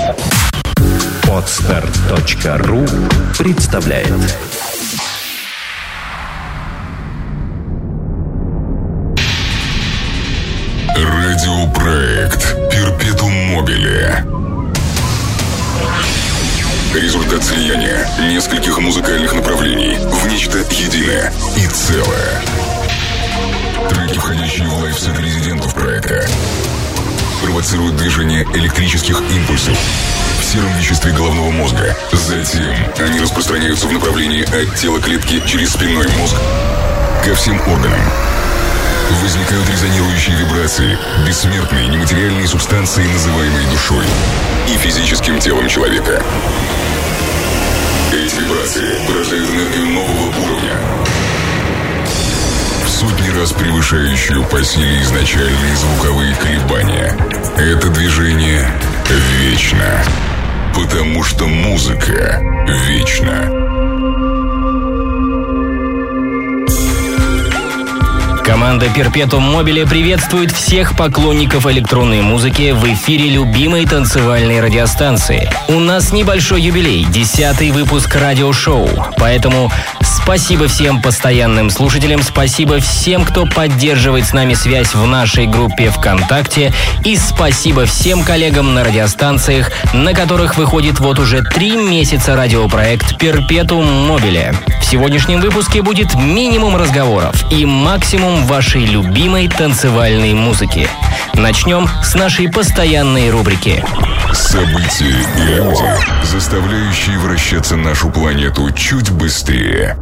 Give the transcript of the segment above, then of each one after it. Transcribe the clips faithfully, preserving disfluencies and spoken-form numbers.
Подстер точка ру представляет. Радиопроект «Перпетум мобиле». Результат слияния нескольких музыкальных направлений в нечто единое и целое. Треки, входящие в лайфсет резидентов проекта, провоцируют движение электрических импульсов в сером веществе головного мозга. Затем они распространяются в направлении от тела клетки через спинной мозг ко всем органам. Возникают резонирующие вибрации бессмертной нематериальной субстанции, называемой душой, и физическим телом человека. Эти вибрации порождают энергию нового уровня, в сотни раз превышающую по силе изначальные звуковые колебания. Это движение вечно, потому что музыка вечна. Команда Перпетум мобиле приветствует всех поклонников электронной музыки в эфире любимой танцевальной радиостанции. У нас небольшой юбилей, десятый выпуск радиошоу, поэтому спасибо всем постоянным слушателям, спасибо всем, кто поддерживает с нами связь в нашей группе ВКонтакте, и спасибо всем коллегам на радиостанциях, на которых выходит вот уже три месяца радиопроект Перпетум мобиле. В сегодняшнем выпуске будет минимум разговоров и максимум вашей любимой танцевальной музыки. Начнем с нашей постоянной рубрики. События и люди, заставляющие вращаться нашу планету чуть быстрее.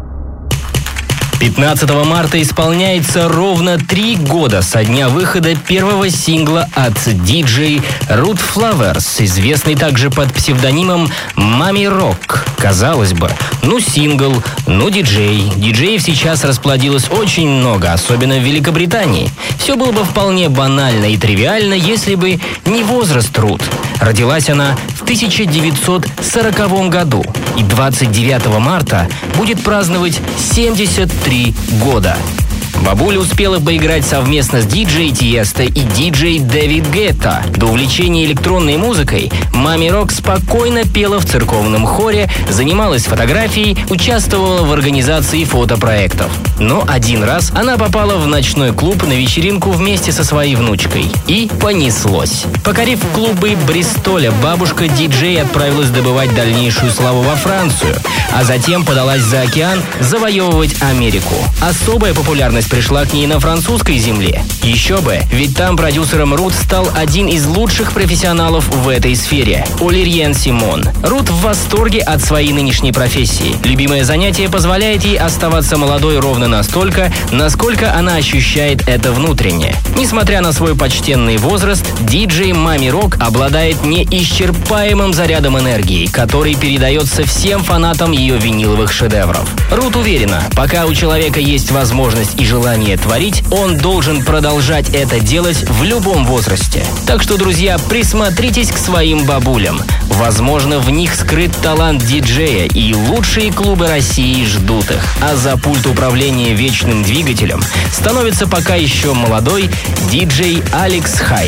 пятнадцатого марта исполняется ровно три года со дня выхода первого сингла от диджей Ruth Flowers, известный также под псевдонимом Mami Rock. Казалось бы, ну сингл, ну диджей. Диджеев сейчас расплодилось очень много, особенно в Великобритании. Все было бы вполне банально и тривиально, если бы не возраст Рут. Родилась она в тысяча девятьсот сороковом году и двадцать девятого марта будет праздновать семьдесят три года. Бабуля успела поиграть совместно с диджей Тиесто и диджей Дэвид Гетта. До увлечения электронной музыкой Mami Rock спокойно пела в церковном хоре, занималась фотографией, участвовала в организации фотопроектов. Но один раз она попала в ночной клуб на вечеринку вместе со своей внучкой. И понеслось. Покорив клубы Бристоля, бабушка диджей отправилась добывать дальнейшую славу во Францию, а затем подалась за океан завоевывать Америку. Особая популярность пришла к ней на французской земле. Еще бы, ведь там продюсером Рут стал один из лучших профессионалов в этой сфере – Олирьен Симон. Рут в восторге от своей нынешней профессии. Любимое занятие позволяет ей оставаться молодой ровно настолько, насколько она ощущает это внутренне. Несмотря на свой почтенный возраст, диджей Mami Rock обладает неисчерпаемым зарядом энергии, который передается всем фанатам ее виниловых шедевров. Рут уверена, пока у человека есть возможность и желание творить, он должен продолжать это делать в любом возрасте. Так что, друзья, присмотритесь к своим бабулям. Возможно, в них скрыт талант диджея, и лучшие клубы России ждут их. А за пульт управления вечным двигателем становится пока еще молодой диджей Алекс Хайт.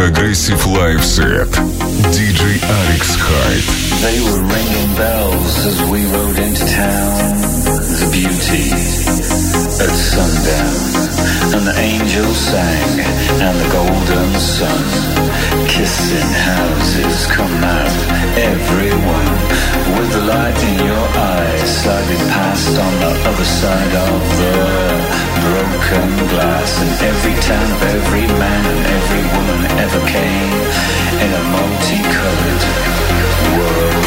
Progressive Live Set. ди джей Alex Hyde. They were ringing bells as we rode into town. The beauty at sundown. And the angels sang, and the golden sun. Kissing houses, come out, everyone. With the light in your eyes, sliding past on the other side of the broken glass. And every town of every man and every woman ever came in a multicolored world.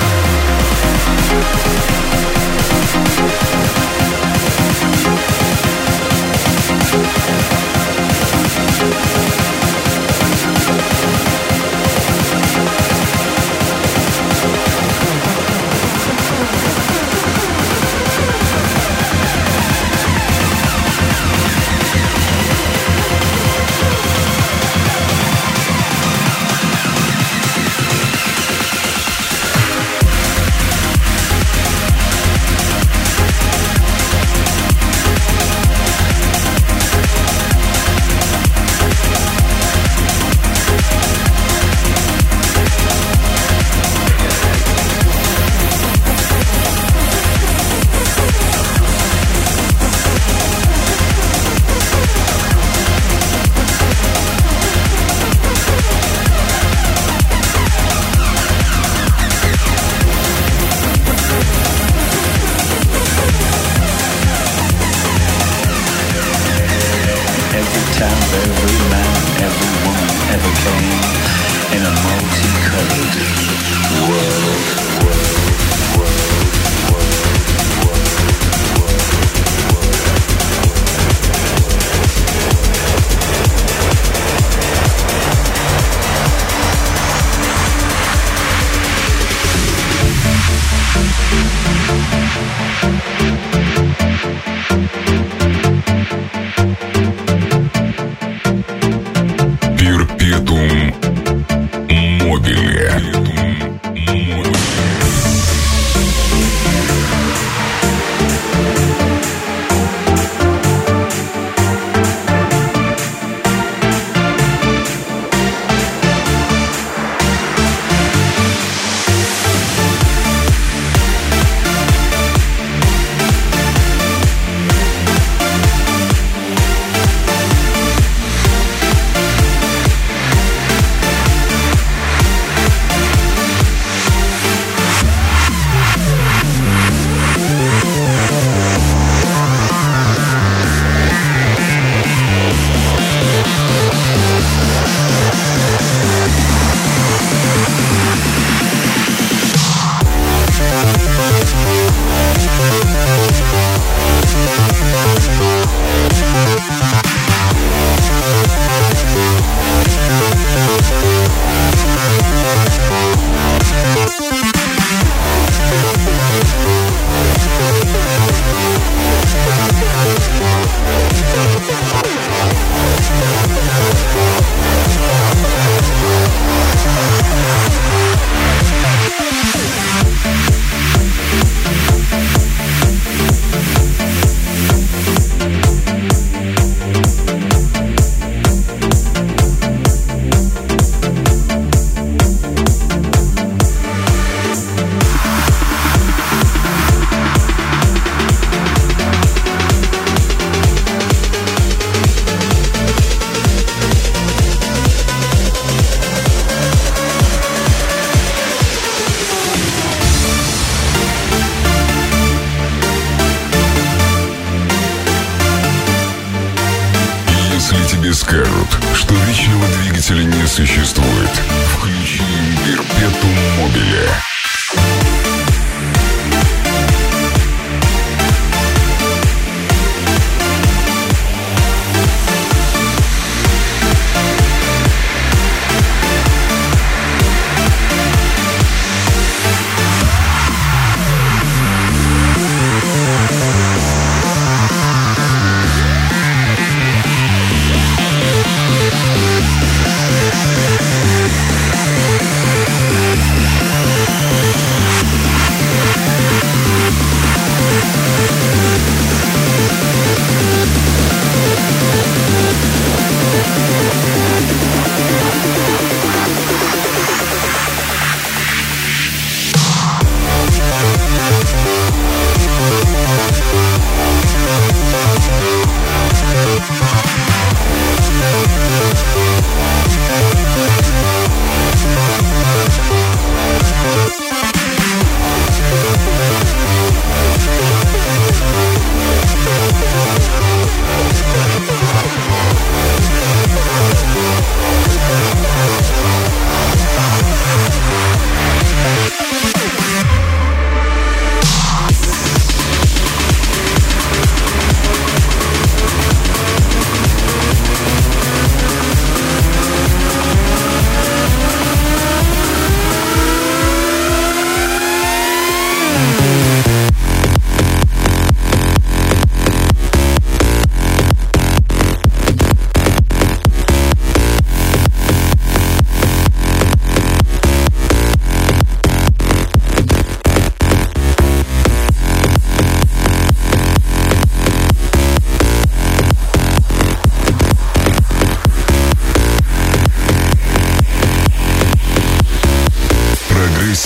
Скажут, что вечного двигателя не существует. Включи Перпетум Мобиле.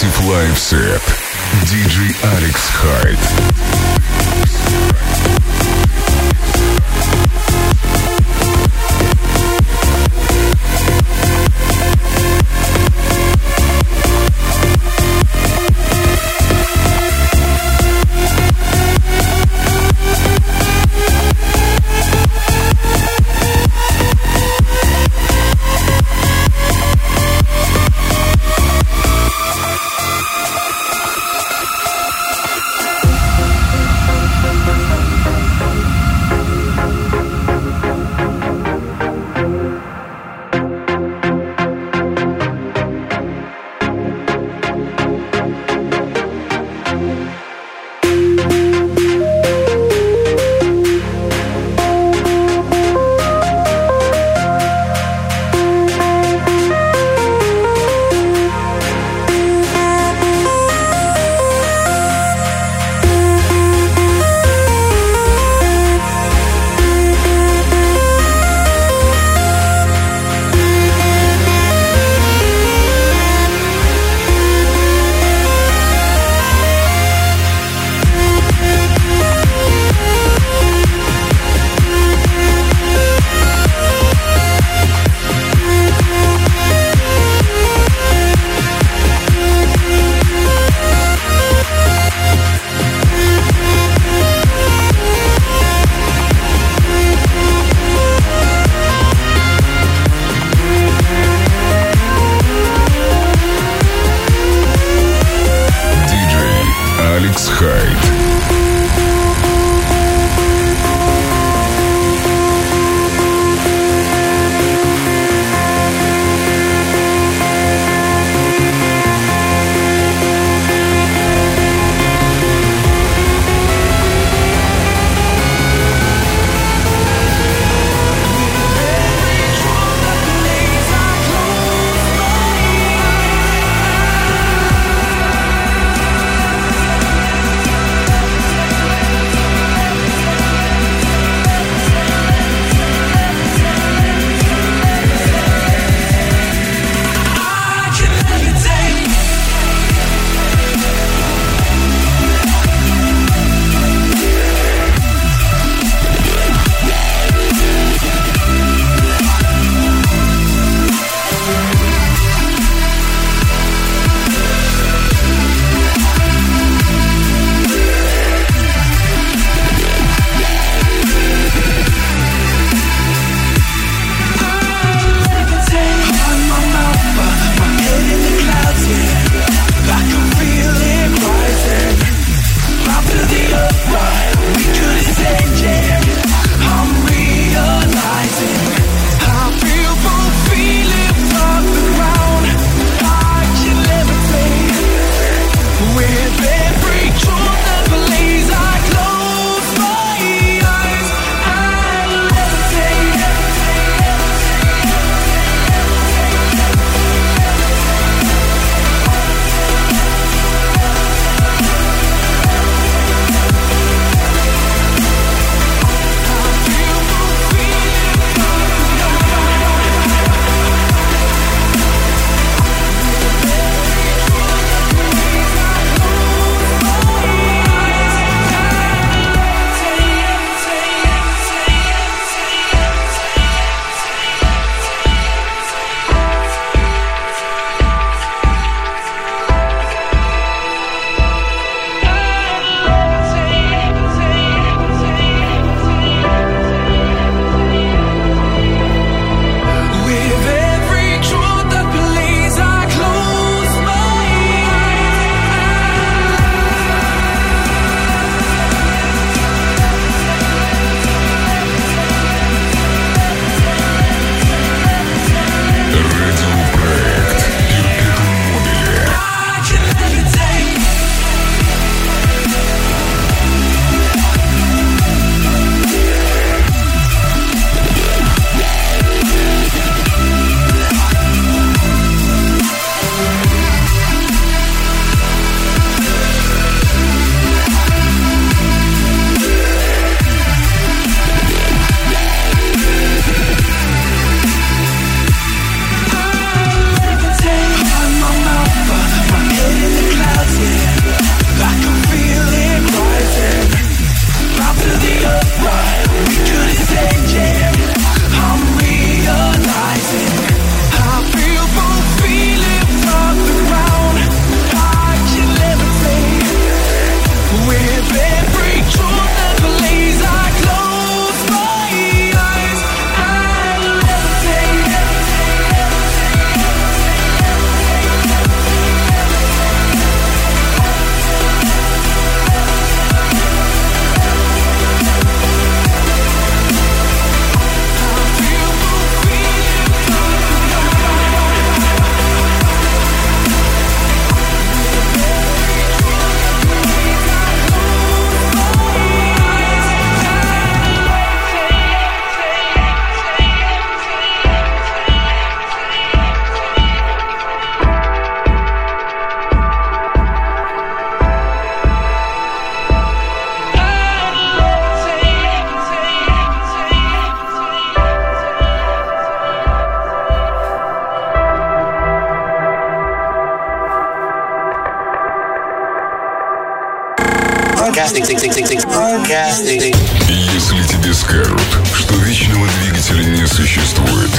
Progressive Live Set. диджей Алекс Хайд. Если тебе скажут, что вечного двигателя не существует,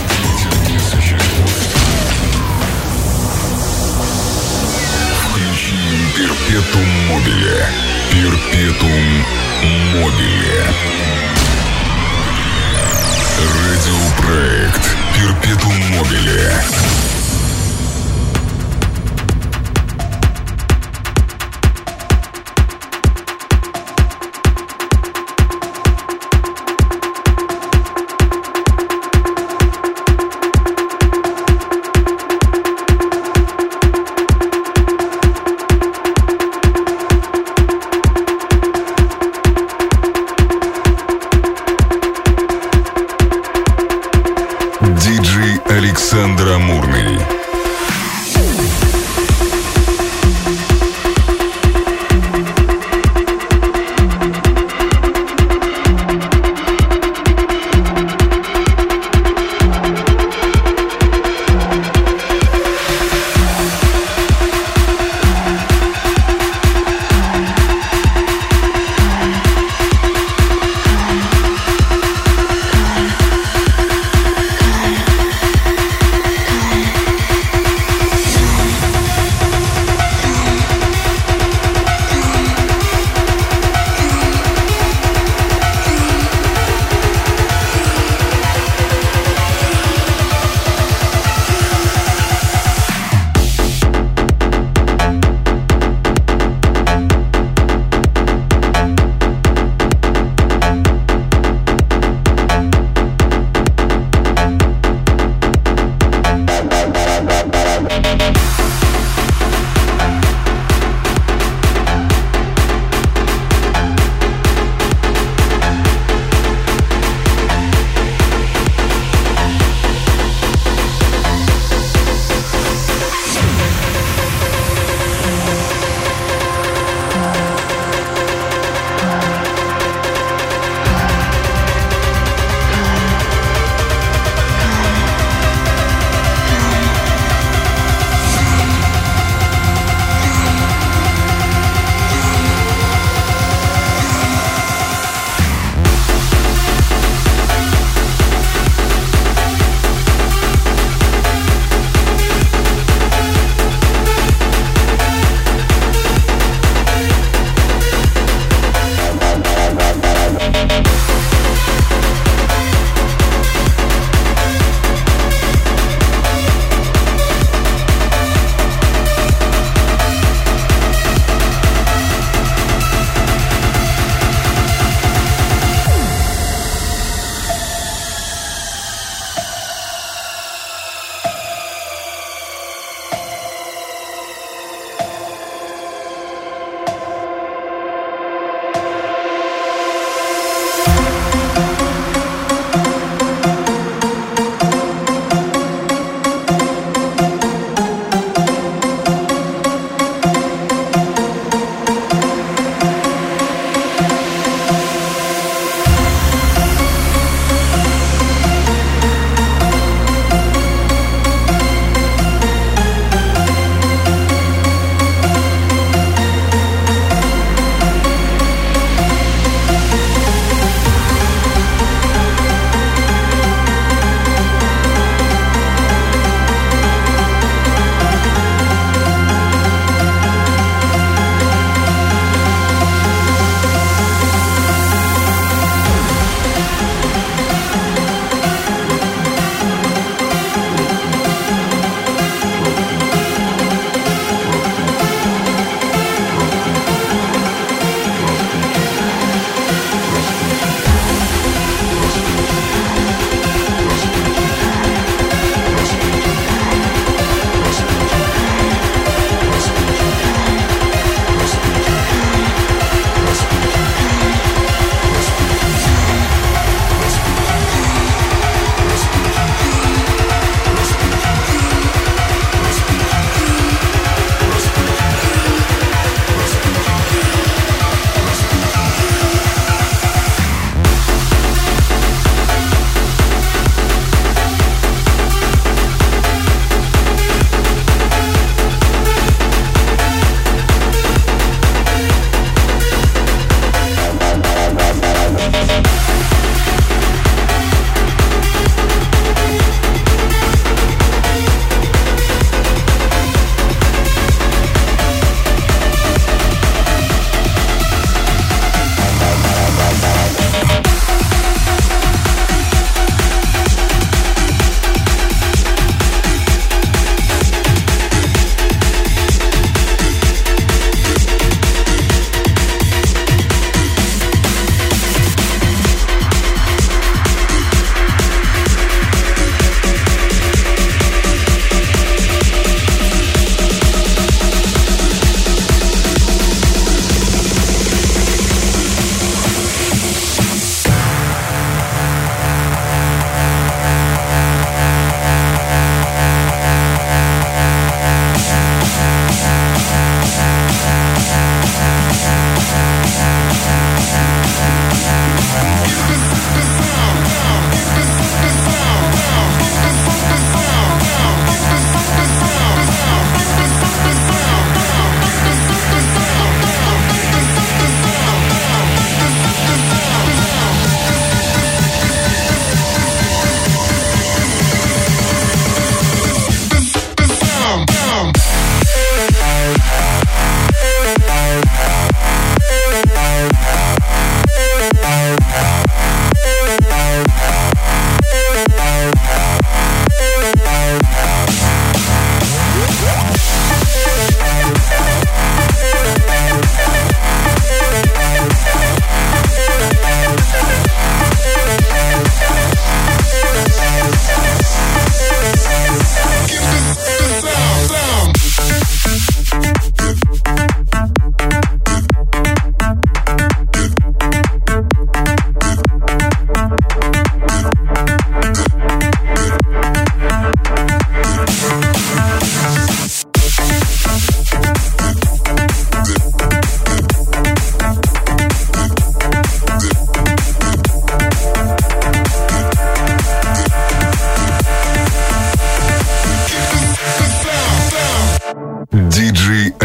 включи Перпетум Мобиле. Перпетум Мобиле. Радиопроект Перпетум Мобиле. Александр Амурный.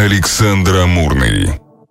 Александр Амурный.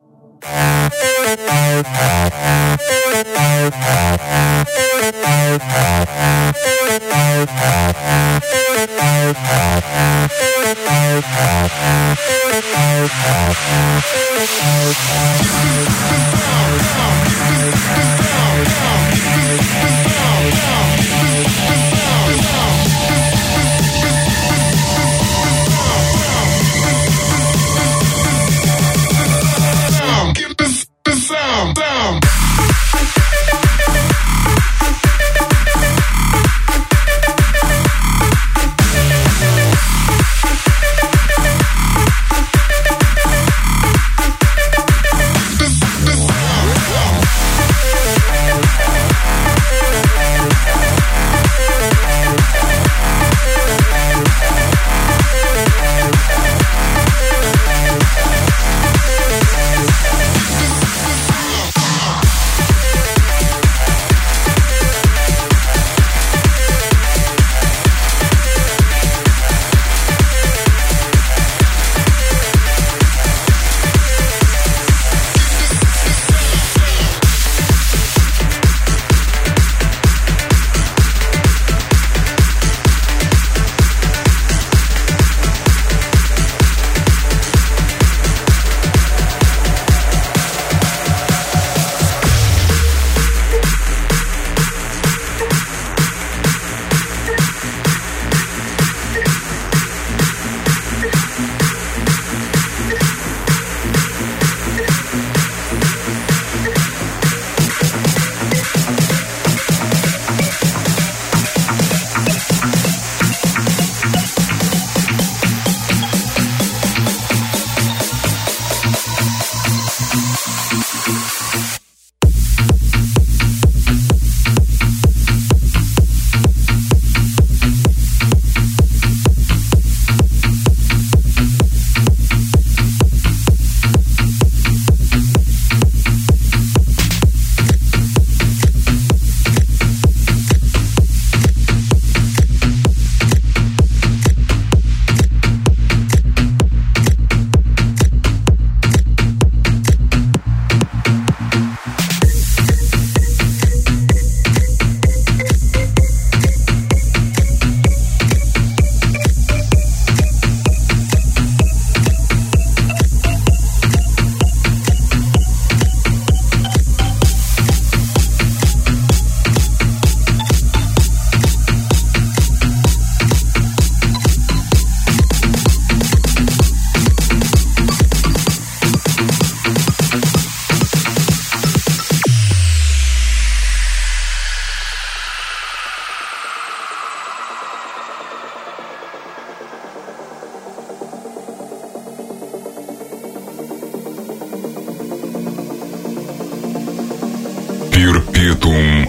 Перпетум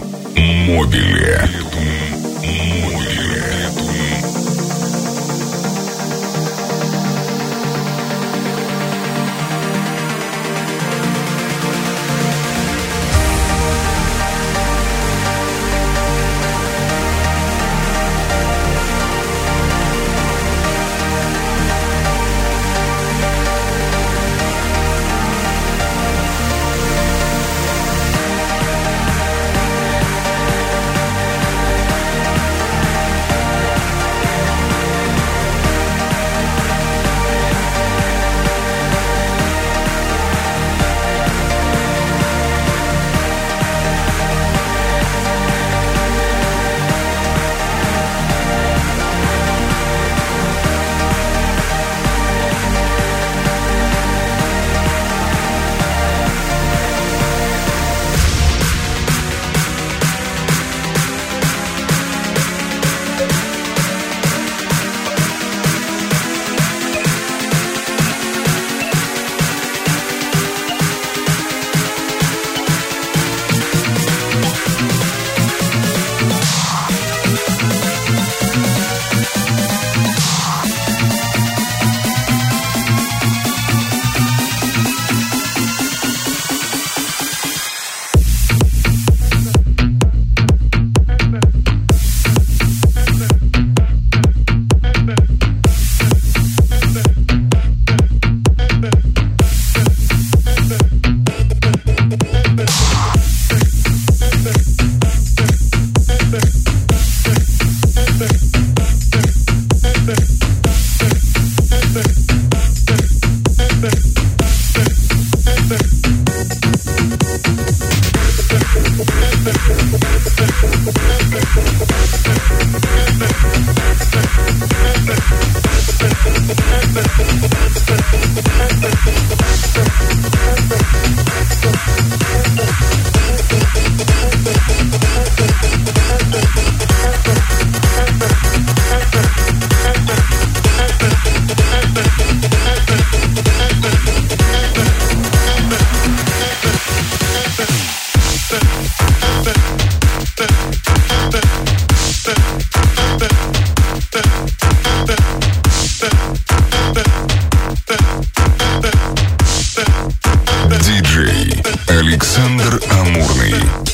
мобиле. Александр Амурный.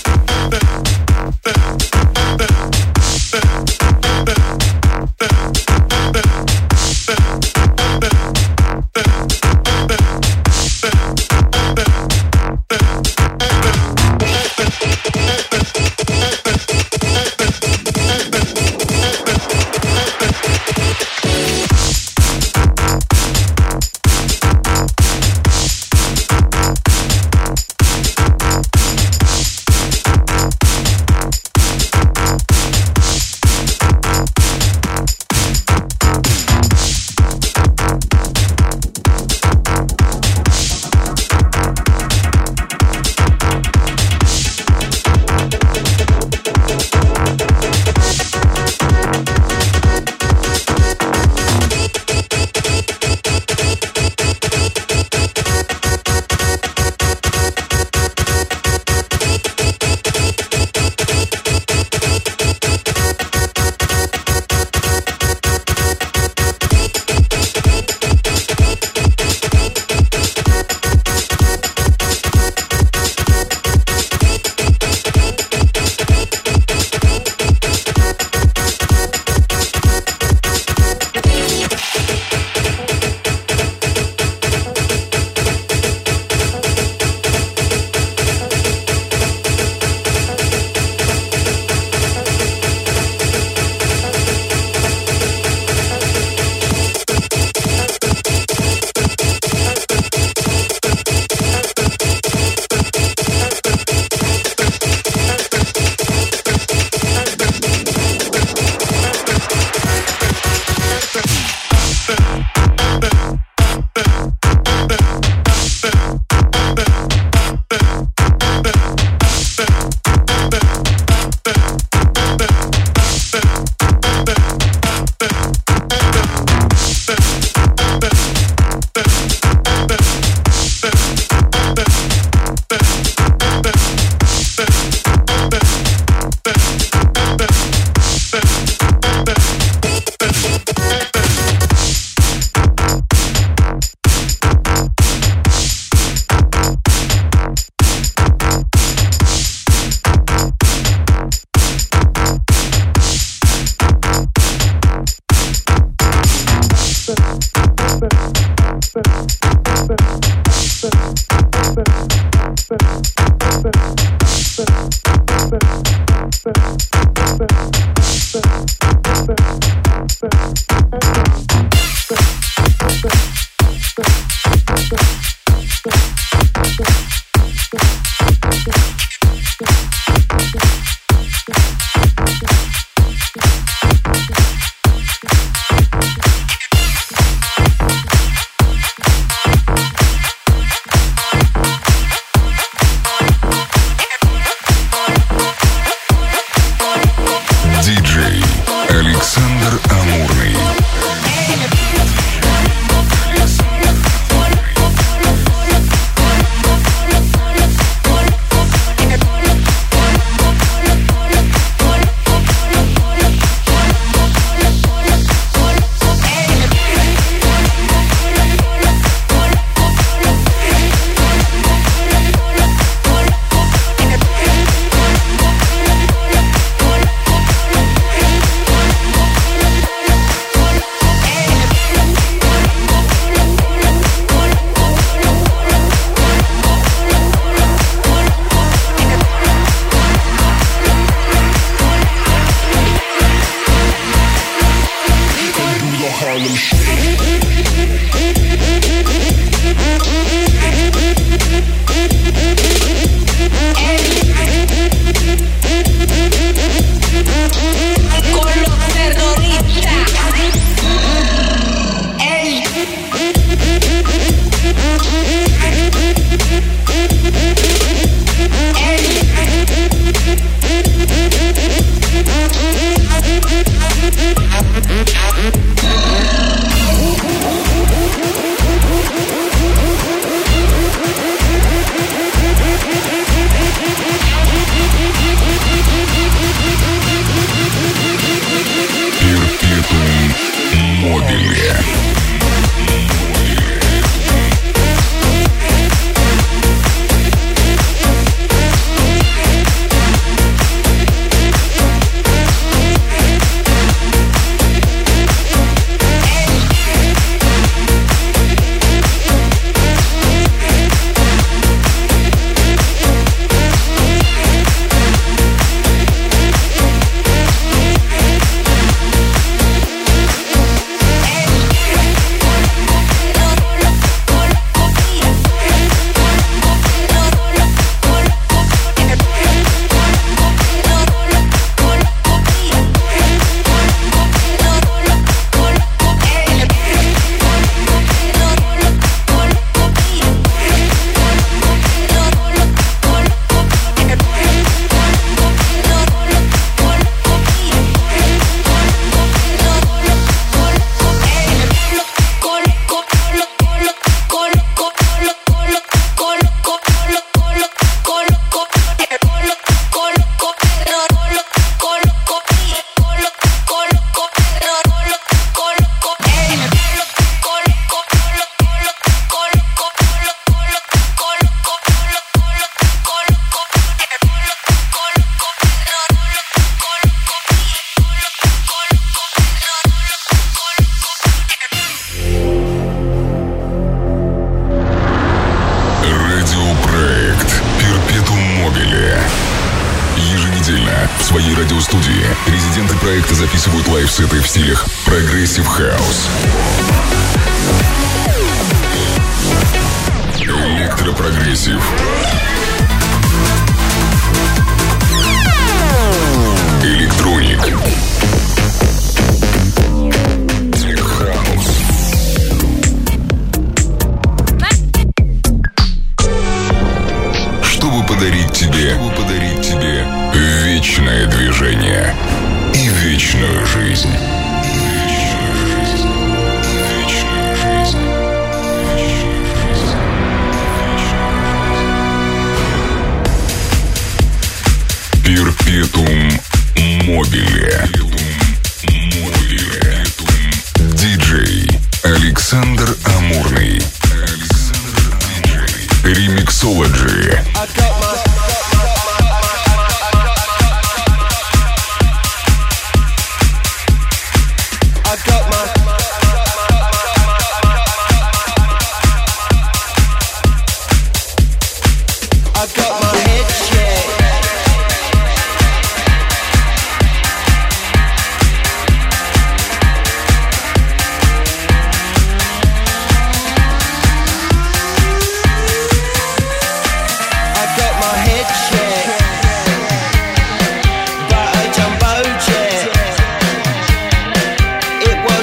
Александр Амурный. проекта записывают лайв-сеты в стилях прогрессив хаус, электропрогрессив, электроник, хаус. Чтобы подарить тебе, чтобы подарить тебе вечное движение и вечную жизнь. Перпетум мобиле. Диджей Александр Амурный. Ремиксологи. It was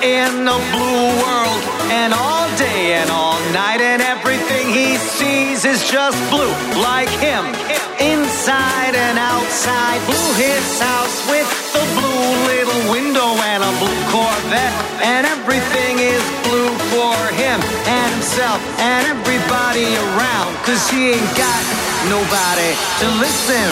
in a blue world, and all day and all night, and everything he sees is just blue, like him, inside and outside. Blue his house with the blue little window and a blue Corvette, and everything is blue for him and himself and everybody around, 'cause he ain't got nobody to listen.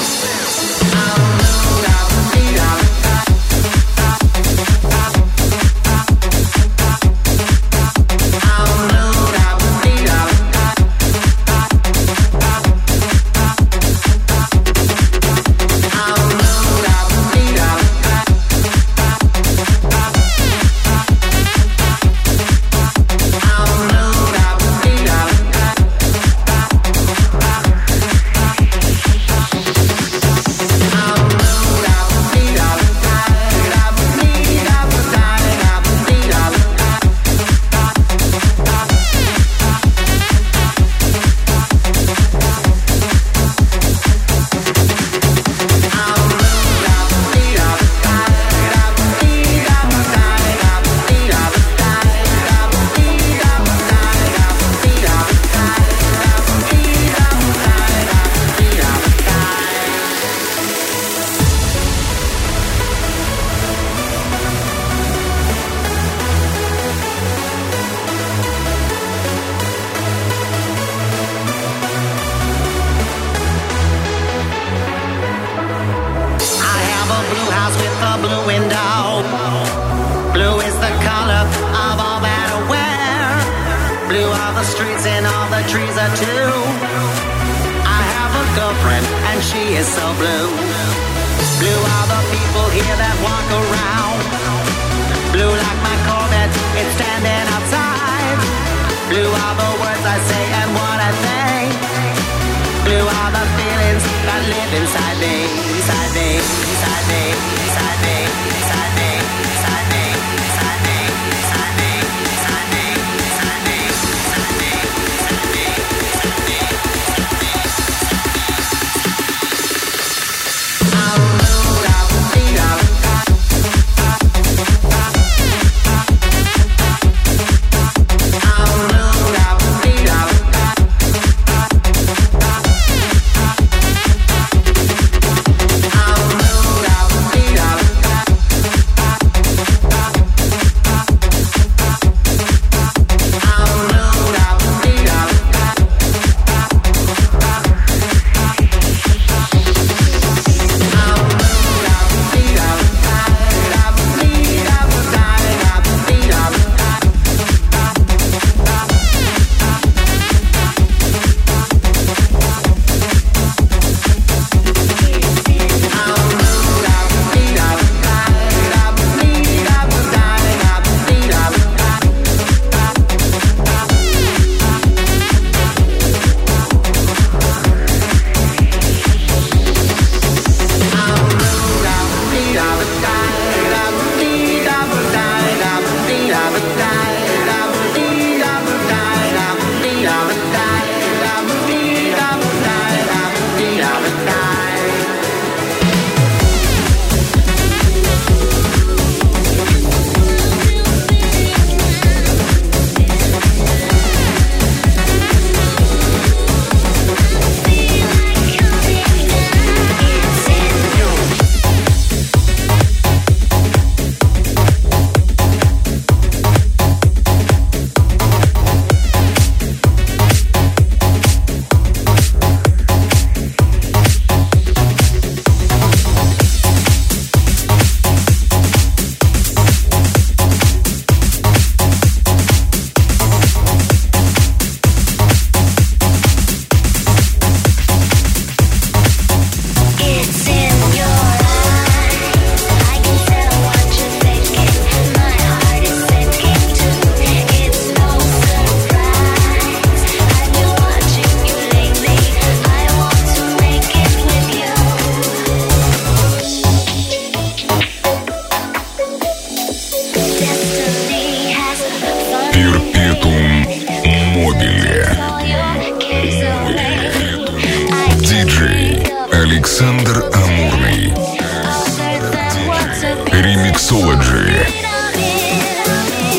Александр Амурный. Ремиксологи.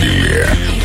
Мобиле.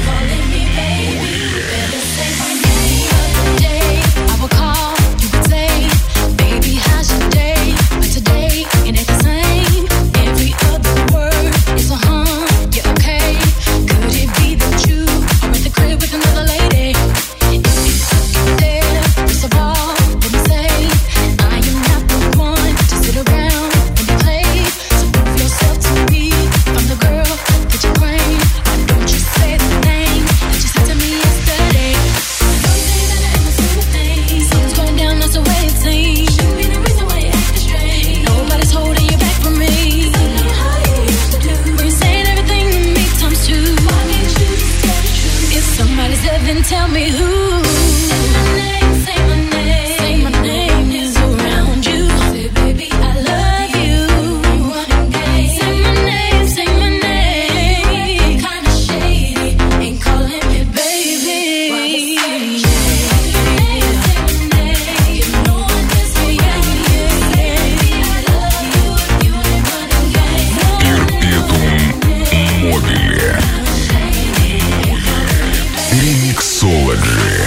Tell me who. Say my name, say my name, say my name is around you. Say, baby, I love you. I'm running game. Say my name, say my name. Kinda shady, ain't calling me baby. Why you say my name, say my name? You know I just be baby, I love you. You ain't running game. Перпетум Мобиле. Ремиксологи.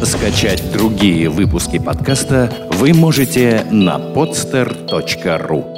Скачать другие выпуски подкаста вы можете на podster точка ру.